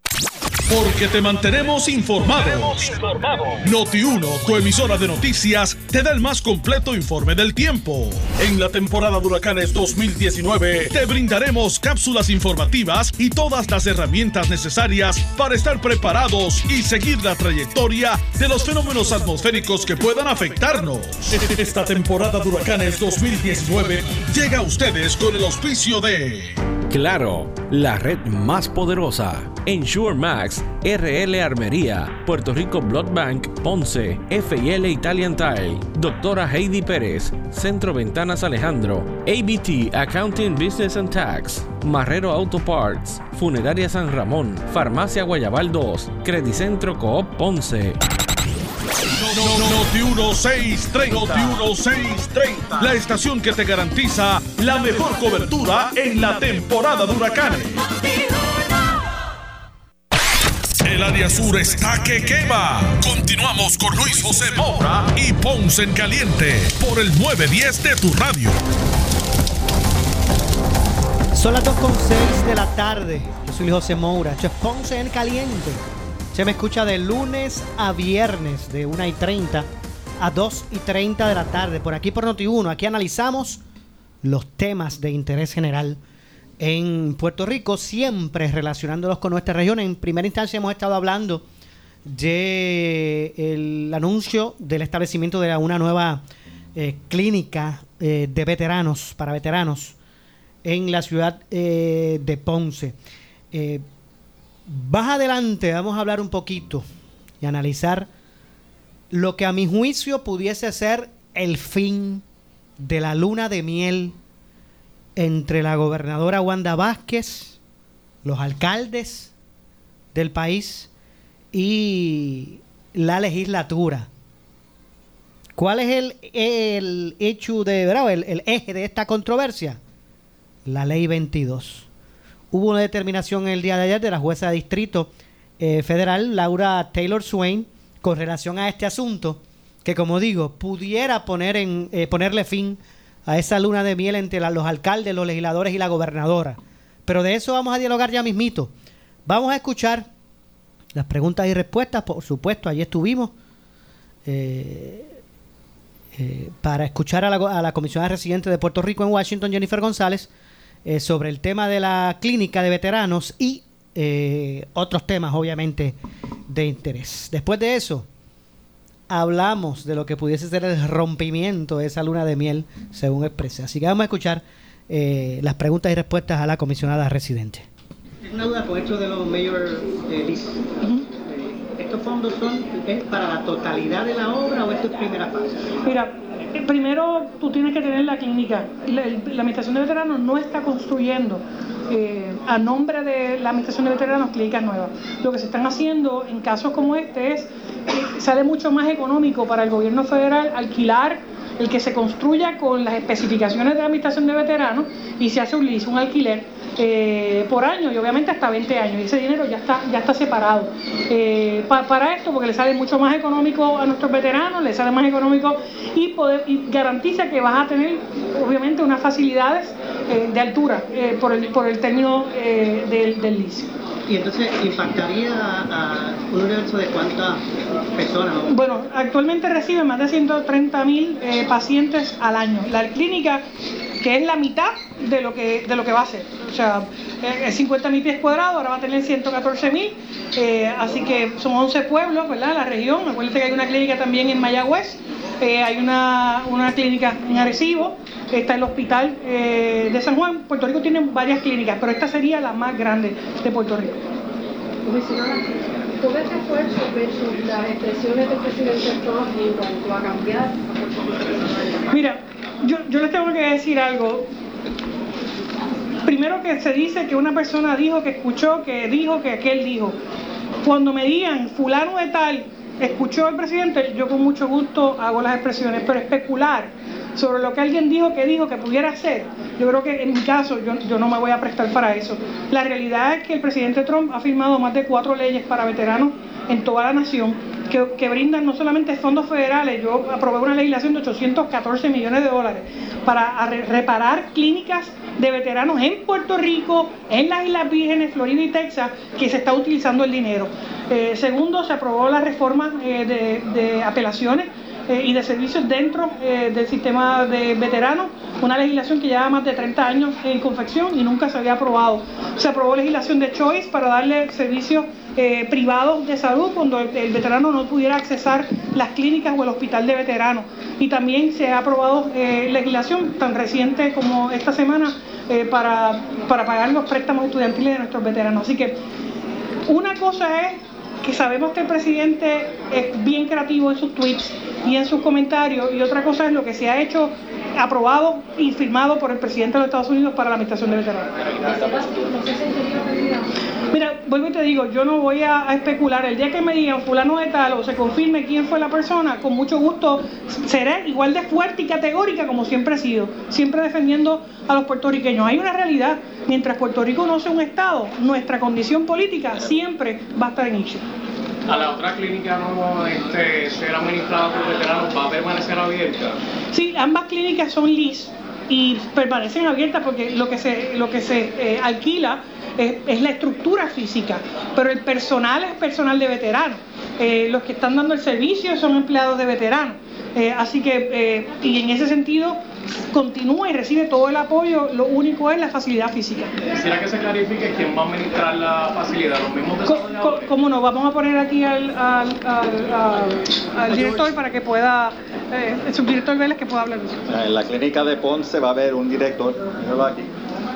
Speaker 2: Porque te mantenemos informados. informado. Noti uno, tu emisora de noticias, te da el más completo informe del tiempo. En la temporada de huracanes dos mil diecinueve, te brindaremos cápsulas informativas y todas las herramientas necesarias para estar preparados y seguir la trayectoria de los fenómenos atmosféricos que puedan afectarnos. Esta temporada de huracanes dos mil diecinueve llega a ustedes con el auspicio de...
Speaker 12: Claro, la red más poderosa. Ensure Max, R L Armería, Puerto Rico Blood Bank, Ponce, F y L Italian Tile, Doctora Heidi Pérez, Centro Ventanas Alejandro, A B T Accounting Business and Tax, Marrero Auto Parts, Funeraria San Ramón, Farmacia Guayabal dos, Credicentro Coop Ponce.
Speaker 2: No, no, Noti uno seiscientos treinta. Noti uno seiscientos treinta. La estación que te garantiza la mejor cobertura en la temporada de huracanes. El área sur está que quema. Continuamos con Luis José Moura y Ponce en Caliente por el nueve diez de tu radio.
Speaker 3: Son las dos con seis de la tarde. Yo soy José Moura. Esto es Ponce en Caliente. Se me escucha de lunes a viernes de una y treinta a dos y treinta de la tarde. Por aquí por Noti uno. Aquí analizamos los temas de interés general en Puerto Rico, siempre relacionándolos con nuestra región. En primera instancia hemos estado hablando de el anuncio del establecimiento de una nueva eh, clínica eh, de veteranos, para veteranos, en la ciudad eh, de Ponce. Eh, más adelante vamos a hablar un poquito y analizar lo que a mi juicio pudiese ser el fin de la luna de miel entre la gobernadora Wanda Vázquez, los alcaldes del país y la legislatura. ¿Cuál es el, el hecho de, ¿verdad? El, el eje de esta controversia? La ley veintidós. Hubo una determinación el día de ayer de la jueza de distrito eh, federal, Laura Taylor Swain, con relación a este asunto, que como digo, pudiera poner en eh, ponerle fin a esa luna de miel entre la, los alcaldes, los legisladores y la gobernadora. Pero de eso vamos a dialogar ya mismito. Vamos a escuchar las preguntas y respuestas, por supuesto, allí estuvimos eh, eh, para escuchar a la, a la comisionada residente de Puerto Rico en Washington, Jennifer González, eh, sobre el tema de la clínica de veteranos y eh, otros temas, obviamente, de interés. Después de eso, hablamos de lo que pudiese ser el rompimiento de esa luna de miel, según expresa. Así que vamos a escuchar eh, las preguntas y respuestas a la comisionada residente.
Speaker 4: Una duda con esto de los mayor eh, lease. Uh-huh. ¿Estos fondos son es para la totalidad de la obra o esto es primera fase?
Speaker 1: Mira, primero tú tienes que tener la clínica. La, la Administración de Veteranos no está construyendo eh, a nombre de la Administración de Veteranos clínicas nuevas. Lo que se están haciendo en casos como este es, eh, sale mucho más económico para el gobierno federal alquilar el que se construya con las especificaciones de la Administración de Veteranos y se hace un lease, un alquiler eh, por año y obviamente hasta veinte años y ese dinero ya está ya está separado eh, pa, para esto porque le sale mucho más económico a nuestros veteranos, le sale más económico y poder y garantiza que vas a tener obviamente unas facilidades eh, de altura eh, por el por el término eh, del, del lease.
Speaker 4: Y entonces impactaría a un universo de cuántas personas.
Speaker 1: Bueno, actualmente recibe más de ciento treinta mil eh, pacientes al año. La clínica, que es la mitad de lo que de lo que va a ser, o sea, es cincuenta mil pies cuadrados, ahora va a tener ciento catorce mil, eh, así que son once pueblos, ¿verdad? La región. Acuérdate que hay una clínica también en Mayagüez, eh, hay una, una clínica en Arecibo, está el hospital eh, de San Juan. Puerto Rico tiene varias clínicas, pero esta sería la más grande de Puerto Rico.
Speaker 5: Comisionada, ¿con este esfuerzo versus las expresiones del presidente Trump en cuanto a cambiar a Puerto Rico?
Speaker 1: Mira, yo, yo les tengo que decir algo. Primero que se dice que una persona dijo, que escuchó, que dijo, que aquel dijo. Cuando me digan fulano de tal escuchó al presidente, yo con mucho gusto hago las expresiones, pero especular sobre lo que alguien dijo, que dijo, que pudiera hacer, yo creo que en mi caso yo, yo no me voy a prestar para eso. La realidad es que el presidente Trump ha firmado más de cuatro leyes para veteranos en toda la nación que, que brindan no solamente fondos federales. Yo aprobé una legislación de ochocientos catorce millones de dólares para re, reparar clínicas de veteranos en Puerto Rico, en las Islas Vírgenes, Florida y Texas, que se está utilizando el dinero. Eh, segundo, se aprobó la reforma eh, de, de apelaciones eh, y de servicios dentro eh, del sistema de veteranos, una legislación que lleva más de treinta años en confección y nunca se había aprobado. Se aprobó legislación de Choice para darle servicios eh, privados de salud cuando el, el veterano no pudiera accesar las clínicas o el hospital de veteranos. Y también se ha aprobado eh, legislación tan reciente como esta semana eh, para, para pagar los préstamos estudiantiles de nuestros veteranos. Así que una cosa es que sabemos que el presidente es bien creativo en sus tweets y en sus comentarios, y otra cosa es lo que se ha hecho, aprobado y firmado por el presidente de los Estados Unidos para la Administración de Veteranos. Mira, vuelvo y te digo, yo no voy a, a especular. El día que me digan fulano de tal o se confirme quién fue la persona, con mucho gusto seré igual de fuerte y categórica como siempre he sido, siempre defendiendo a los puertorriqueños. Hay una realidad: mientras Puerto Rico no sea un estado, nuestra condición política siempre va a estar en issue.
Speaker 6: ¿A la otra clínica no este, ser administrada por veteranos va a permanecer abierta?
Speaker 1: Sí, ambas clínicas son lease y permanecen abiertas porque lo que se, lo que se eh, alquila es, es la estructura física, pero el personal es personal de veteranos. Eh, los que están dando el servicio son empleados de veteranos. Eh, así que, eh, y en ese sentido, continúa y recibe todo el apoyo, lo único es la facilidad física.
Speaker 6: Quisiera que se clarifique quién va a administrar la facilidad, los mismos desarrolladores.
Speaker 1: ¿Cómo no? Vamos a poner aquí al, al, al, al, al director para que pueda, eh, el subdirector Vélez, que pueda hablar de eso.
Speaker 7: En la clínica de Ponce va a haber un director, él va aquí.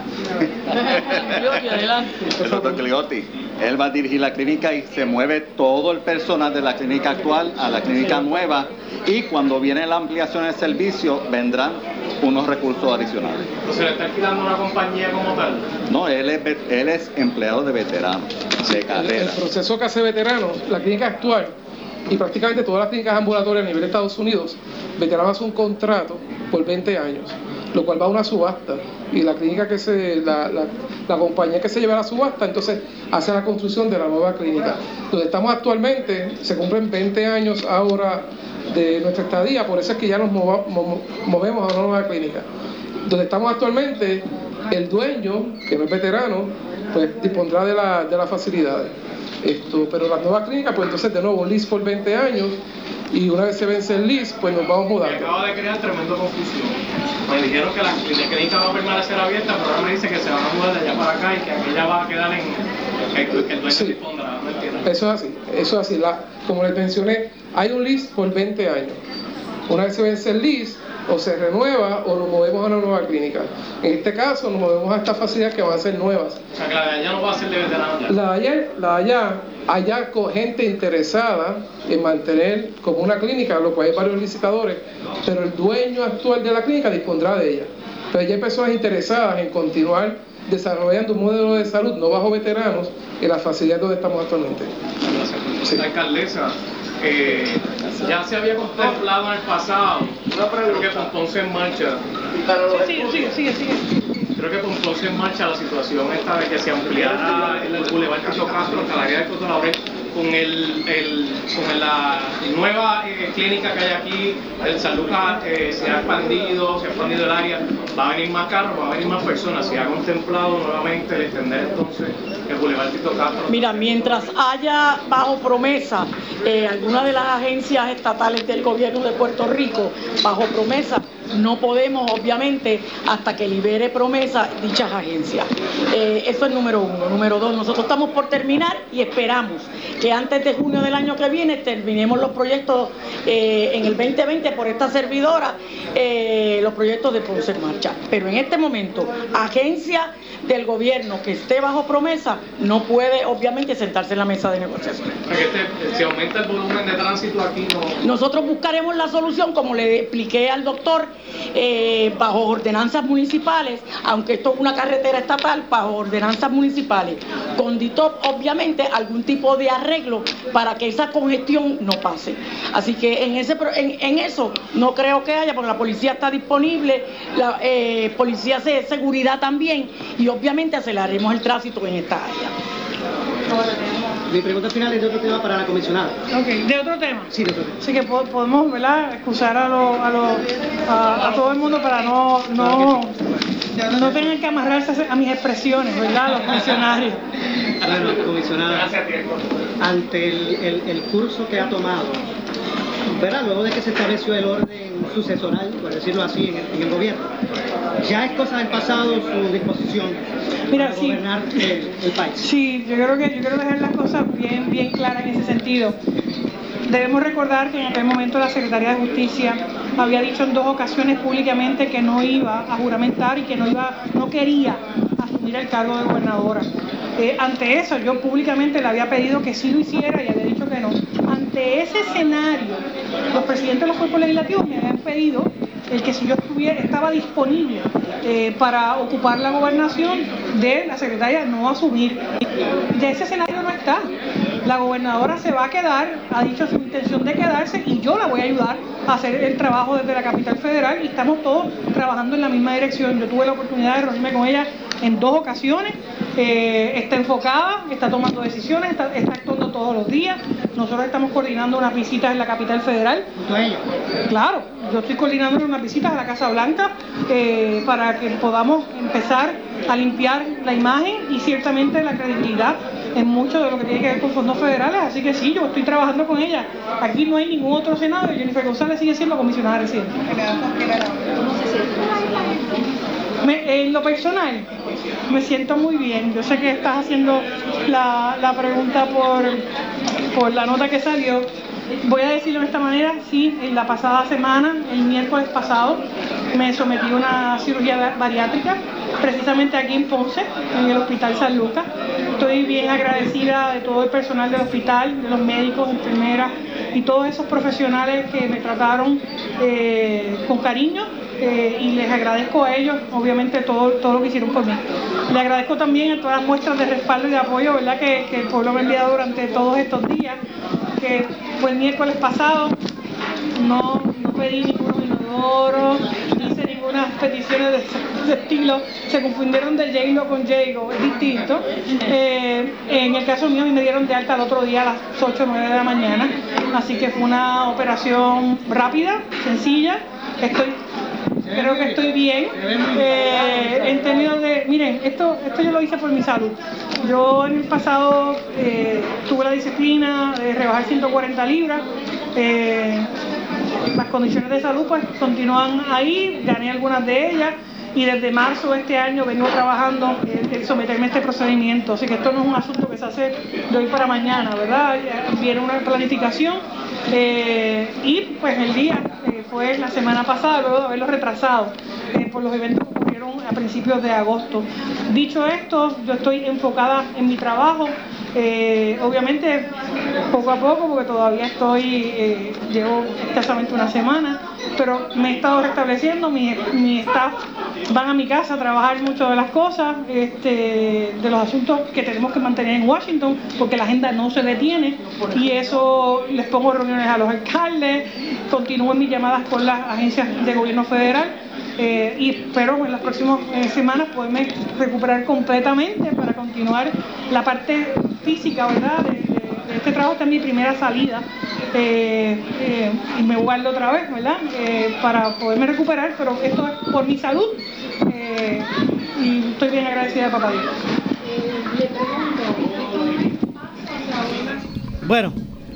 Speaker 7: El doctor Cliotti. Él va a dirigir la clínica y se mueve todo el personal de la clínica actual a la clínica nueva, y cuando viene la ampliación del servicio vendrán unos recursos adicionales.
Speaker 6: ¿Se le está alquilando una compañía como tal?
Speaker 7: No, él es, él es empleado de veterano, de carrera.
Speaker 9: El, el proceso que hace veteranos, la clínica actual y prácticamente todas las clínicas ambulatorias a nivel de Estados Unidos, veteranos hace un contrato por veinte años, lo cual va a una subasta, y la clínica que se, la, la, la compañía que se lleva a la subasta, entonces hace la construcción de la nueva clínica. Donde estamos actualmente, se cumplen veinte años ahora de nuestra estadía, por eso es que ya nos mova, mo, movemos a una nueva clínica. Donde estamos actualmente, el dueño, que no es veterano, pues dispondrá de, la, de las facilidades. Esto, pero las nuevas clínicas, pues entonces de nuevo lease por veinte años, y una vez se vence el lease, pues nos vamos mudando.
Speaker 6: Me acaba de crear tremenda confusión. Me dijeron que la, la clínica va a permanecer abierta, pero ahora me dice que se van a mudar de allá para acá y que aquella va a quedar en que, que el dueño sí dispondrá. ¿No entiendes?
Speaker 9: Eso es así, eso es así. La, como les mencioné, hay un lease por veinte años. Una vez se vence el lease, o se renueva o nos movemos a una nueva clínica. En este caso nos movemos a estas facilidades que van a ser nuevas.
Speaker 6: O sea que la de allá no va a ser de veteranos ya.
Speaker 9: La de allá, la de allá, allá con gente interesada en mantener como una clínica, lo cual hay varios licitadores, pero el dueño actual de la clínica dispondrá de ella. Pero ya hay personas interesadas en continuar desarrollando un modelo de salud no bajo veteranos en las facilidades donde estamos actualmente.
Speaker 6: Sí. La alcaldesa, eh, ya se había contemplado en el pasado, creo que con Ponce en marcha.
Speaker 1: Sí, sigue, sigue, sigue.
Speaker 6: Creo que con Ponce en marcha la situación esta de que se ampliara el Boulevard Tito Castro hasta la área de Coto Laurel, con, el, el, con la nueva eh, clínica que hay aquí, el salud eh, se ha expandido, se ha expandido el área, va a venir más carros, va a venir más personas, se ha contemplado nuevamente el extender entonces el Boulevard Tito Castro.
Speaker 10: Mira, mientras haya bajo promesa eh, alguna de las agencias estatales del gobierno de Puerto Rico, bajo promesa, no podemos, obviamente, hasta que libere promesa dichas agencias. Eh, eso es número uno. Número dos, nosotros estamos por terminar y esperamos que antes de junio del año que viene terminemos los proyectos eh, en el veinte veinte por esta servidora, eh, los proyectos de Ponce en Marcha. Pero en este momento, agencia del gobierno que esté bajo promesa no puede, obviamente, sentarse en la mesa de negociación.
Speaker 6: Este, si aumenta el volumen de tránsito aquí, no...
Speaker 10: Nosotros buscaremos la solución, como le expliqué al doctor, eh, bajo ordenanzas municipales, aunque esto es una carretera estatal, bajo ordenanzas municipales, con D I T O P, obviamente, algún tipo de arreglo para que esa congestión no pase. Así que en, ese, en, en eso no creo que haya, porque la policía está disponible, la eh, policía de seguridad también, y obviamente aceleraremos el tránsito en esta área.
Speaker 4: Mi pregunta final es de otro tema para la comisionada.
Speaker 1: Ok, ¿de otro tema?
Speaker 4: Sí, de otro tema.
Speaker 1: Así que po podemos, ¿verdad?, excusar a, lo, a, lo, a, a todo el mundo para no, no, no tener que amarrarse a mis expresiones, ¿verdad?, los funcionarios.
Speaker 4: Bueno, comisionada, ante el, el, el curso que ha tomado, ¿verdad?, luego de que se estableció el orden sucesoral, por decirlo así, en el, en el gobierno, ya es cosa del pasado su disposición
Speaker 1: Mira,
Speaker 4: para
Speaker 1: sí,
Speaker 4: gobernar el, el país.
Speaker 1: Sí, yo creo que yo quiero dejar las cosas bien, bien claras en ese sentido. Debemos recordar que en aquel momento la Secretaría de Justicia había dicho en dos ocasiones públicamente que no iba a juramentar y que no iba, no quería asumir el cargo de gobernadora. Eh, ante eso, yo públicamente le había pedido que sí lo hiciera y había dicho que no. Ante ese escenario, los presidentes de los cuerpos legislativos me habían pedido el que si yo estuviera, estaba disponible eh, para ocupar la gobernación de la secretaria, no asumir. De ese escenario no está. La gobernadora se va a quedar, ha dicho su intención de quedarse y yo la voy a ayudar a hacer el trabajo desde la capital federal y estamos todos trabajando en la misma dirección. Yo tuve la oportunidad de reunirme con ella en dos ocasiones eh, está enfocada, está tomando decisiones, está, está actuando todos los días. Nosotros estamos coordinando unas visitas en la capital federal. Claro, yo estoy coordinando unas visitas a la Casa Blanca eh, para que podamos empezar a limpiar la imagen y ciertamente la credibilidad en mucho de lo que tiene que ver con fondos federales, así que sí, yo estoy trabajando con ella. Aquí no hay ningún otro senador y Jennifer González sigue siendo comisionada residente. Me, en lo personal, me siento muy bien. Yo sé que estás haciendo la, la pregunta por, por la nota que salió. Voy a decirlo de esta manera, sí, en la pasada semana, el miércoles pasado, me sometí a una cirugía bariátrica, precisamente aquí en Ponce, en el Hospital San Lucas. Estoy bien agradecida de todo el personal del hospital, de los médicos, enfermeras y todos esos profesionales que me trataron eh, con cariño. Eh, y les agradezco a ellos, obviamente, todo, todo lo que hicieron por mí. Le agradezco también a todas las muestras de respaldo y de apoyo, ¿verdad?, que, que el pueblo me ha enviado durante todos estos días, que fue el miércoles pasado, no, no pedí ninguno inodoro, ni hice ninguna peticiones de ese estilo, se confundieron de J-Lo con Jago, es distinto. Eh, en el caso mío, me dieron de alta el otro día a las ocho o nueve de la mañana, así que fue una operación rápida, sencilla. Estoy Creo que estoy bien, eh, en términos de, miren, esto, esto yo lo hice por mi salud. Yo en el pasado eh, tuve la disciplina de rebajar ciento cuarenta libras, eh, las condiciones de salud pues continúan ahí, gané algunas de ellas y desde marzo de este año vengo trabajando en eh, someterme a este procedimiento, así que esto no es un asunto que se hace de hoy para mañana, ¿verdad? Viene una planificación eh, y pues el día eh, fue la semana pasada, luego de haberlo retrasado eh, por los eventos que ocurrieron a principios de agosto. Dicho esto, yo estoy enfocada en mi trabajo, eh, obviamente poco a poco, porque todavía estoy, eh, llevo escasamente una semana, pero me he estado restableciendo, mi, mi staff van a mi casa a trabajar mucho de las cosas, este, de los asuntos que tenemos que mantener en Washington, porque la agenda no se detiene, y eso les pongo reuniones a los alcaldes, continúo en mis llamadas con las agencias de gobierno federal, eh, y espero en las próximas eh, semanas poderme recuperar completamente para continuar la parte física, ¿verdad?, de, de, de este trabajo. Esta es mi primera salida. Eh, eh, y me guardo otra vez, ¿verdad? Eh, para poderme recuperar, pero esto es por mi salud eh, y estoy bien agradecida de Papá Dios.
Speaker 3: Bueno,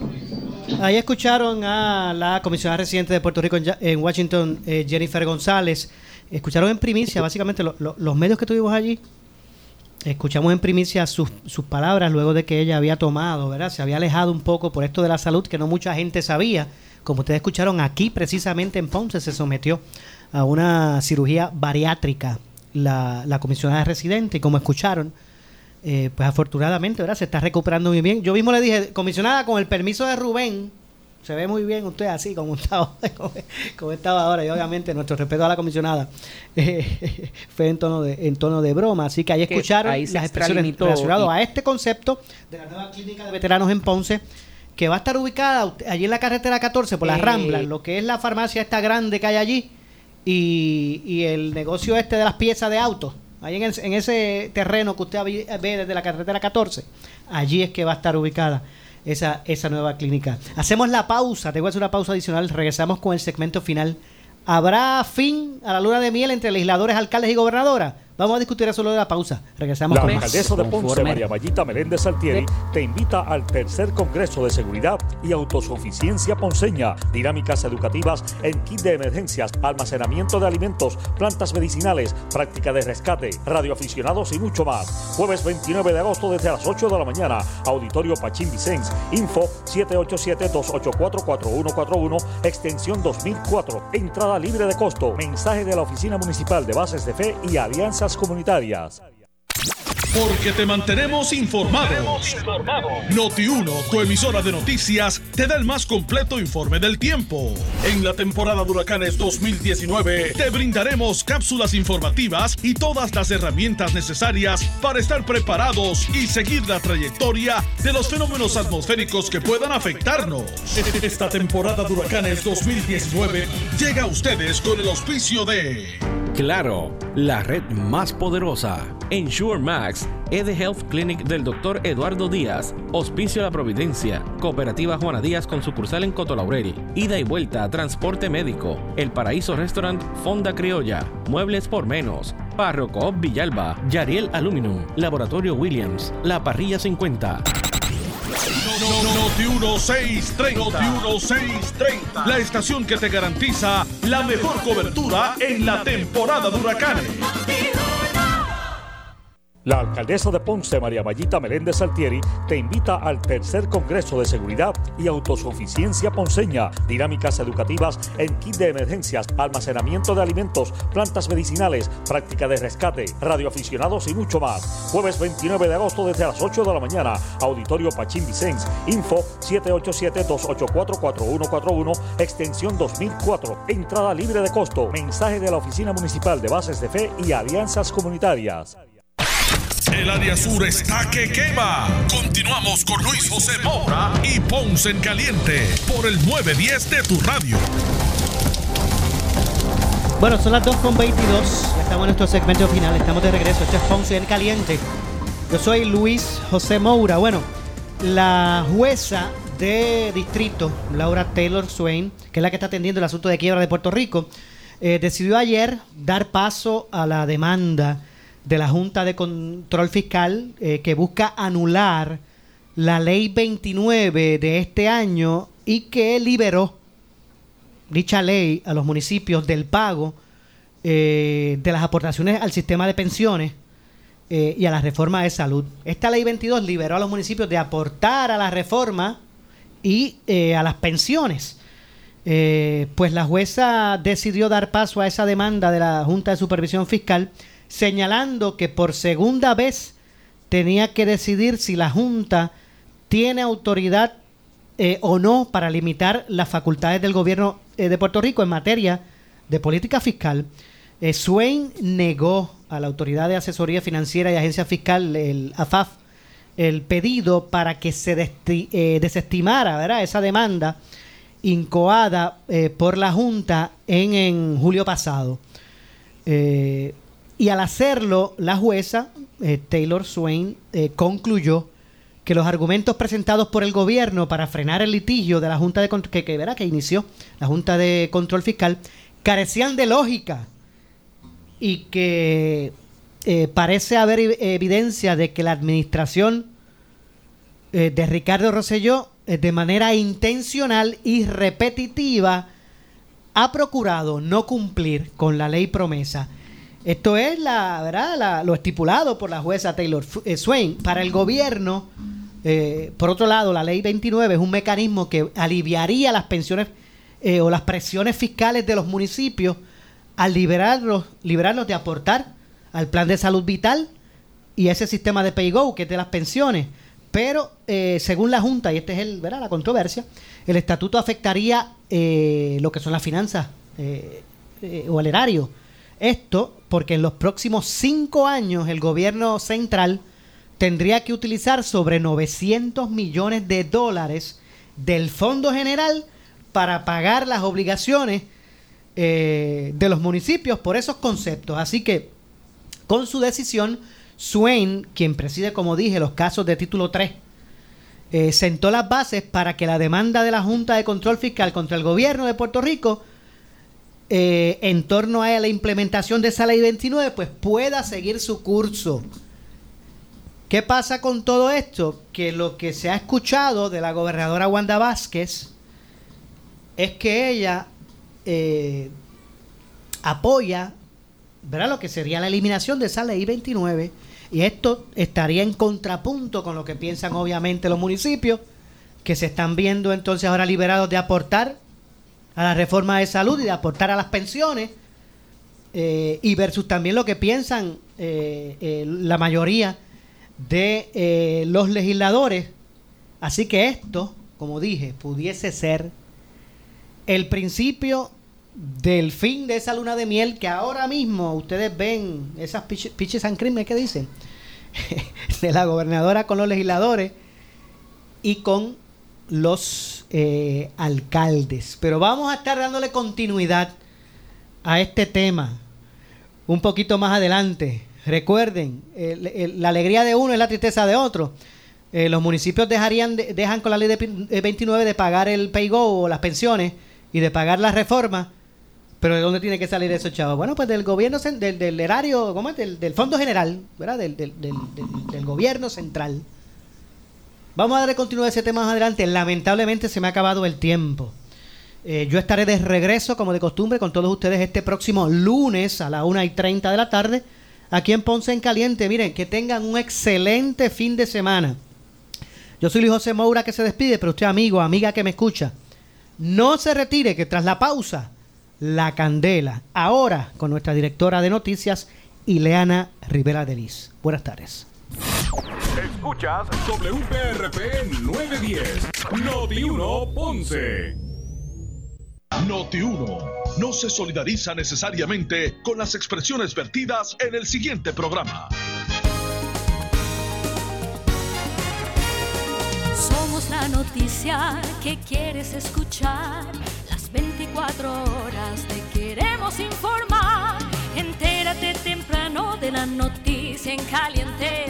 Speaker 3: ahí escucharon a la comisionada residente de Puerto Rico en, en Washington, eh, Jennifer González. Escucharon en primicia, básicamente, lo, lo, los medios que tuvimos allí. Escuchamos en primicia sus, sus palabras luego de que ella había tomado, ¿verdad? Se había alejado un poco por esto de la salud que no mucha gente sabía. Como ustedes escucharon, aquí precisamente en Ponce se sometió a una cirugía bariátrica la, la comisionada residente, y como escucharon, eh, pues afortunadamente, ¿verdad?, se está recuperando muy bien. Yo mismo le dije, comisionada, con el permiso de Rubén, se ve muy bien usted así como estaba, como, como estaba ahora, y obviamente nuestro respeto a la comisionada eh, fue en tono de en tono de broma, así que ahí escucharon ahí las expresiones relacionadas a este concepto de la nueva clínica de veteranos en Ponce, que va a estar ubicada allí en la carretera catorce por las eh, Ramblas, lo que es la farmacia esta grande que hay allí y, y el negocio este de las piezas de autos, ahí en, el, en ese terreno que usted ve desde la carretera catorce, allí es que va a estar ubicada esa esa nueva clínica. Hacemos la pausa, te voy a hacer una pausa adicional, regresamos con el segmento final. ¿Habrá fin a la luna de miel entre legisladores, alcaldes y gobernadoras? Vamos a discutir eso luego de la pausa. Regresamos
Speaker 23: la
Speaker 3: con más.
Speaker 23: La alcaldesa de Ponce, María Mayita Meléndez Saltieri, te invita al tercer Congreso de Seguridad y Autosuficiencia Ponceña. Dinámicas educativas en kit de emergencias, almacenamiento de alimentos, plantas medicinales, práctica de rescate, radioaficionados y mucho más. Jueves veintinueve de agosto desde las ocho de la mañana. Auditorio Pachín Vicens. Info siete ocho siete, dos ocho cuatro, cuatro uno cuatro uno, extensión dos mil cuatro. Entrada libre de costo. Mensaje de la Oficina Municipal de Bases de Fe y Alianzas Comunitarias.
Speaker 2: Porque te mantenemos informados. Noti uno, tu emisora de noticias, te da el más completo informe del tiempo. En la temporada de huracanes dos mil diecinueve, te brindaremos cápsulas informativas y todas las herramientas necesarias para estar preparados y seguir la trayectoria de los fenómenos atmosféricos que puedan afectarnos. Esta temporada de huracanes dos mil diecinueve llega a ustedes con el auspicio de
Speaker 12: Claro, la red más poderosa. Ensure Max, EdHealth Clinic del doctor Eduardo Díaz, Hospicio La Providencia, Cooperativa Juana Díaz con sucursal en Cotolaurel, Ida y Vuelta, Transporte Médico, El Paraíso Restaurant, Fonda Criolla, Muebles por Menos, Parroco Villalba, Yariel Aluminum, Laboratorio Williams, La Parrilla cincuenta.
Speaker 2: Noti uno seiscientos treinta. Noti uno seiscientos treinta. La estación que te garantiza la mejor cobertura en la temporada de huracanes.
Speaker 23: La alcaldesa de Ponce, María Mayita Meléndez Saltieri, te invita al tercer Congreso de Seguridad y Autosuficiencia Ponceña, dinámicas educativas en kit de emergencias, almacenamiento de alimentos, plantas medicinales, práctica de rescate, radioaficionados y mucho más. Jueves veintinueve de agosto desde las ocho de la mañana, Auditorio Pachín Vicens, info siete ocho siete, dos ocho cuatro, cuatro uno cuatro uno, extensión dos mil cuatro, entrada libre de costo, mensaje de la Oficina Municipal de Bases de Fe y Alianzas Comunitarias.
Speaker 2: El área sur está que quema. Continuamos con Luis José Moura y Ponce en Caliente por el nueve diez de tu radio.
Speaker 3: Bueno, son las dos con veintidós. Ya estamos en nuestro segmento final. Estamos de regreso. Este es Ponce en Caliente. Yo soy Luis José Moura. Bueno, la jueza de distrito, Laura Taylor Swain, que es la que está atendiendo el asunto de quiebra de Puerto Rico, eh, decidió ayer dar paso a la demanda de la Junta de Control Fiscal eh, que busca anular la ley veintinueve de este año y que liberó dicha ley a los municipios del pago eh, de las aportaciones al sistema de pensiones eh, y a la reforma de salud. Esta ley veintidós liberó a los municipios de aportar a la reforma y eh, a las pensiones. Eh, pues la jueza decidió dar paso a esa demanda de la Junta de Supervisión Fiscal, señalando que por segunda vez tenía que decidir si la Junta tiene autoridad eh, o no para limitar las facultades del gobierno eh, de Puerto Rico en materia de política fiscal. Eh, Swain negó a la Autoridad de Asesoría Financiera y Agencia Fiscal, el A F A F, el pedido para que se desti- eh, desestimara, ¿verdad?, esa demanda incoada eh, por la Junta en, en julio pasado. Eh, Y al hacerlo, la jueza, eh, Taylor Swain, eh, concluyó que los argumentos presentados por el gobierno para frenar el litigio de la Junta de Control, que, que, ¿verdad? que inició la Junta de Control Fiscal, carecían de lógica y que eh, parece haber evidencia de que la administración eh, de Ricardo Rosselló, eh, de manera intencional y repetitiva, ha procurado no cumplir con la ley promesa. Esto es la verdad la, lo estipulado por la jueza Taylor Swain. Para el gobierno, eh, por otro lado, la ley veintinueve es un mecanismo que aliviaría las pensiones eh, o las presiones fiscales de los municipios al liberarlos, liberarlos de aportar al plan de salud vital y ese sistema de pay-go que es de las pensiones. Pero eh, según la Junta, y esta es el, ¿verdad? la controversia, el estatuto afectaría eh, lo que son las finanzas eh, eh, o el erario. Esto porque en los próximos cinco años el gobierno central tendría que utilizar sobre novecientos millones de dólares del Fondo General para pagar las obligaciones eh, de los municipios por esos conceptos. Así que con su decisión, Swain, quien preside, como dije, los casos de título tres, eh, sentó las bases para que la demanda de la Junta de Control Fiscal contra el gobierno de Puerto Rico Eh, en torno a la implementación de esa ley veintinueve, pues pueda seguir su curso. ¿Qué pasa con todo esto? Que lo que se ha escuchado de la gobernadora Wanda Vázquez es que ella eh, apoya, ¿verdad?, lo que sería la eliminación de esa ley veintinueve, y esto estaría en contrapunto con lo que piensan obviamente los municipios, que se están viendo entonces ahora liberados de aportar a la reforma de salud y de aportar a las pensiones, eh, y versus también lo que piensan eh, eh, la mayoría de eh, los legisladores. Así que esto, como dije, pudiese ser el principio del fin de esa luna de miel que ahora mismo ustedes ven, esas pitches and cream, ¿qué dicen? de la gobernadora con los legisladores y con los eh, alcaldes. Pero vamos a estar dándole continuidad a este tema, un poquito más adelante. Recuerden, el, el, la alegría de uno es la tristeza de otro. Eh, los municipios dejarían de, dejan con la ley de veintinueve de pagar el pay-go o las pensiones y de pagar la reforma, pero ¿de dónde tiene que salir eso, chavos? Bueno, pues del gobierno, del, del erario, ¿cómo es? Del, del Fondo General, ¿verdad? Del, del, del, del, del gobierno central. Vamos a darle continuidad a ese tema más adelante. Lamentablemente se me ha acabado el tiempo. Eh, yo estaré de regreso, como de costumbre, con todos ustedes este próximo lunes a la una y treinta de la tarde, aquí en Ponce en Caliente. Miren, que tengan un excelente fin de semana. Yo soy Luis José Moura, que se despide, pero usted, amigo, amiga que me escucha, no se retire, que tras la pausa, la candela. Ahora, con nuestra directora de noticias, Ileana Rivera de Liz. Buenas tardes.
Speaker 2: Escuchas W P R P novecientos diez, Noti uno Ponce. Noti uno no se solidariza necesariamente con las expresiones vertidas en el siguiente programa.
Speaker 11: Somos la noticia que quieres escuchar. Las veinticuatro horas te queremos informar. Entérate temprano de la noticia en caliente.